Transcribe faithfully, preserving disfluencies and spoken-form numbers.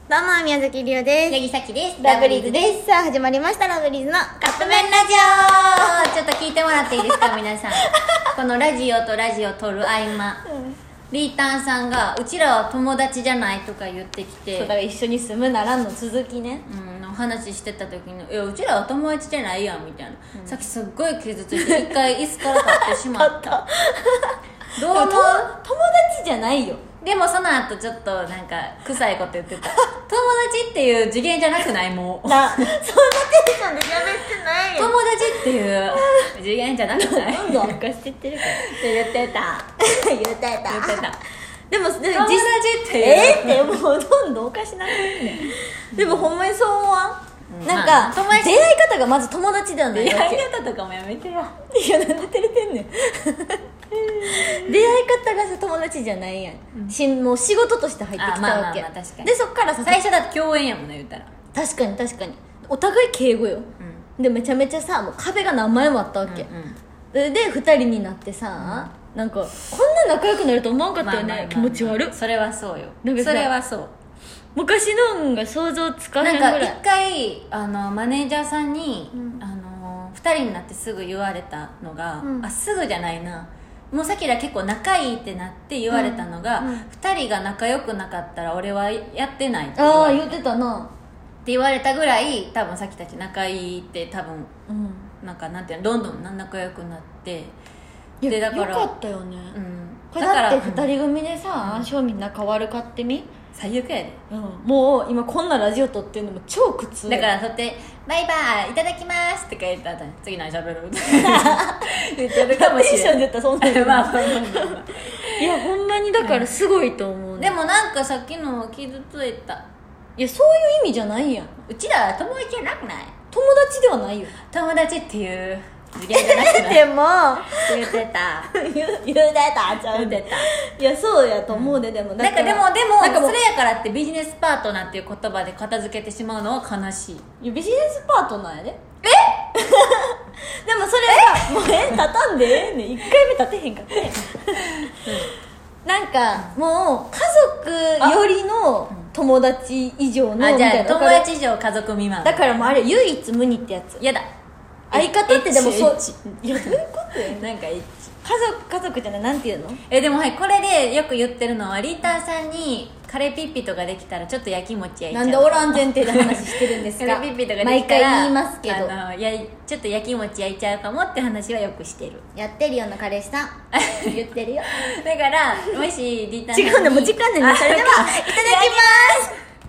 どうも宮崎りおです。 八木咲です。 ラブリーズです。さあ始まりましたラブリーズのカップ麺ラジオ。ちょっと聞いてもらっていいですか皆さん。このラジオとラジオ撮る合間、うん、リータンさんがうちらは友達じゃないとか言ってきて、 そうだから一緒に住むならの続きね、 うん、お話ししてた時にいやうちらは友達じゃないやんみたいな、うん、さっきすっごい傷ついて一回椅子から立ってしまったどうも友達じゃないよ。 でもその後ちょっとなんか臭いこと言ってた友達っていう次元じゃなくないもうなそんなテンションでやめてないよ。 友達っていう次元じゃなくないどんどん悪化してってるからって言ってた言ってた言ってたでも友達っていうえー、ってもうどんどんおかしなってんねんでもほんまにそう思わん、うん、なんか、まあ、友達出会い方がまず友達ではない出会い方とかもやめてよ。 いやなんで照れてんねん出会い方がさ友達じゃないやん、うん、しもう仕事として入ってきたわけ。でそっからさ最初だって共演やもんね言ったら。 確かに確かにお互い敬語よ、うん、でめちゃめちゃさもう壁が何枚もあったわけ、うんうん、でふたりになってさ、うん、なんかこんな仲良くなると思わんかったよね、まあまあまあまあ、気持ち悪い。 それはそうよ。それはそう。 昔のんが想像つかへんぐらい。 なんか一回あのマネージャーさんに、うん、あのふたりになってすぐ言われたのが、うん、あすぐじゃないなもうさっきら結構仲いいってなって言われたのが、うんうん、ふたりが仲良くなかったら俺はやってないって言われた。 ああ言ってたなって言われたぐらい多分さっきたち仲いいって多分、うん、なんかなんていうのどんどん仲良くなってでだからよかったよね、うん、だからふたり組でさ、うん、正味仲悪かってみ最悪やで、 うん、もう今こんなラジオ撮ってるのも超苦痛だからそうやって「バイバイいただきます」って書いてあったら次何しゃべる言ってるかもしれない。 言ったそんなにまあまあまあまあいやほんまにだからすごいと思う、 うん、でもなんかさっきの傷ついた。 いやそういう意味じゃないやん。 うちらは友達じゃなくない？ 友達ではないよ。 友達っていう次元じゃなくないでも言ってた言ってたちゃう言ってた。 いやそうやと思うで、うん、でもだからでもでもなんかそれやからってビジネスパートナーっていう言葉で片付けてしまうのは悲しい。 いやビジネスパートナーやで。えでもそれさもうえ畳んでええねんいっかいめ立てへんかって、うん、なんかもう家族よりの友達以上のみたいな。 あじゃあ友達以上家族未満だからもうあれ唯一無二ってやつ。 やだ相方ってでもそういやどういうことよなんか家族家族じゃないなんていうのえでもはいこれでよく言ってるのはリーターさんにカレーピッピとかできたらちょっと焼き餅焼いちゃう。 なんでおらん前提で話してるんですかカレーピッピとかできたら毎回言いますけどあのやちょっと焼き餅焼いちゃうかもって話はよくしてる。 やってるような彼氏さん言ってるよだからもしリーターさんに違うのもう時間でねそれではいただきます